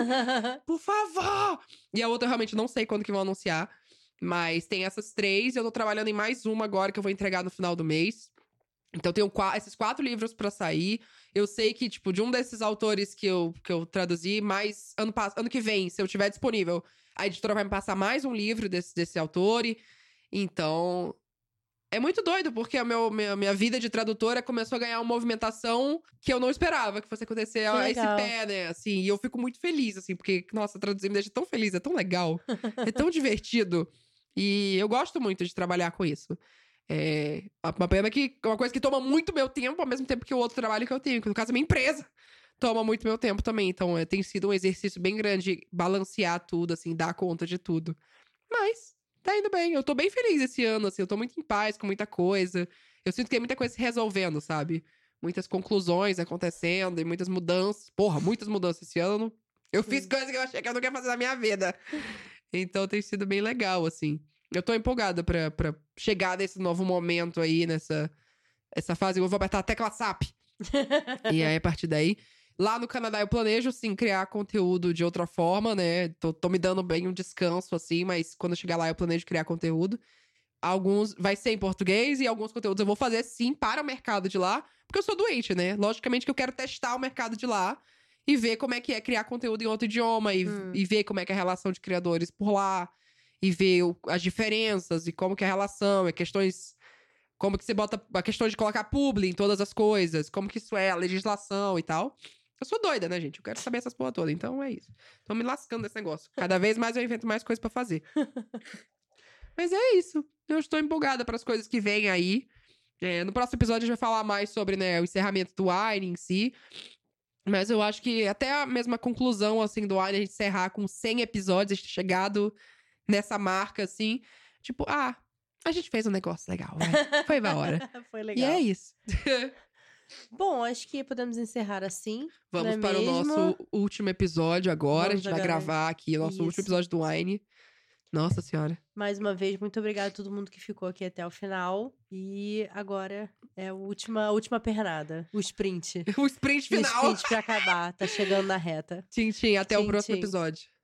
Por favor! E a outra eu realmente não sei quando que vão anunciar. Mas tem essas 3, eu tô trabalhando em mais uma agora que eu vou entregar no final do mês. Então tenho esses 4 livros pra sair. Eu sei que, tipo, de um desses autores que eu traduzi, mais ano que vem, se eu tiver disponível, a editora vai me passar mais um livro desse autor. Então, é muito doido, porque a minha vida de tradutora começou a ganhar uma movimentação que eu não esperava que fosse acontecer a esse pé, né? Assim, e eu fico muito feliz, assim, porque, nossa, traduzir me deixa tão feliz, é tão legal, é tão divertido. E eu gosto muito de trabalhar com isso. Uma pena que é uma coisa que toma muito meu tempo, ao mesmo tempo que o outro trabalho que eu tenho, que no caso é minha empresa. Toma muito meu tempo também. Então, tem sido um exercício bem grande balancear tudo, assim, dar conta de tudo. Mas, tá indo bem. Eu tô bem feliz esse ano, assim. Eu tô muito em paz com muita coisa. Eu sinto que tem muita coisa se resolvendo, sabe? Muitas conclusões acontecendo e muitas mudanças. Porra, muitas mudanças esse ano. Eu fiz coisas que eu achei que eu não queria fazer na minha vida. Então, tem sido bem legal, assim. Eu tô empolgada pra chegar nesse novo momento aí, nessa fase. Eu vou apertar a tecla SAP. E aí, a partir daí... Lá no Canadá eu planejo, sim, criar conteúdo de outra forma, né? Tô me dando bem um descanso, assim, mas quando eu chegar lá eu planejo criar conteúdo. Alguns vai ser em português e alguns conteúdos eu vou fazer, sim, para o mercado de lá. Porque eu sou doente, né? Logicamente que eu quero testar o mercado de lá e ver como é que é criar conteúdo em outro idioma e ver como é que é a relação de criadores por lá. E ver as diferenças e como que é a relação, questões... Como que você bota a questão de colocar publi em todas as coisas, como que isso é, a legislação e tal. Eu sou doida, né, gente? Eu quero saber essas porra todas, então é isso. Tô me lascando desse negócio. Cada vez mais eu invento mais coisas pra fazer. Mas é isso. Eu estou empolgada para as coisas que vêm aí. No próximo episódio a gente vai falar mais sobre, né, o encerramento do Wine em si. Mas eu acho que até a mesma conclusão, assim, do Wine, a gente encerrar com 100 episódios, a gente ter chegado nessa marca, assim. Tipo, a gente fez um negócio legal, vai. Foi da hora. Foi legal. E é isso. Bom, acho que podemos encerrar assim. Vamos para o nosso último episódio agora. A gente vai gravar aqui o nosso último episódio do Wine. Nossa Senhora. Mais uma vez, muito obrigada a todo mundo que ficou aqui até o final. E agora é a última pernada. O sprint. O sprint final. O sprint pra acabar. Tá chegando na reta. Tchim, tchim. Até o próximo episódio.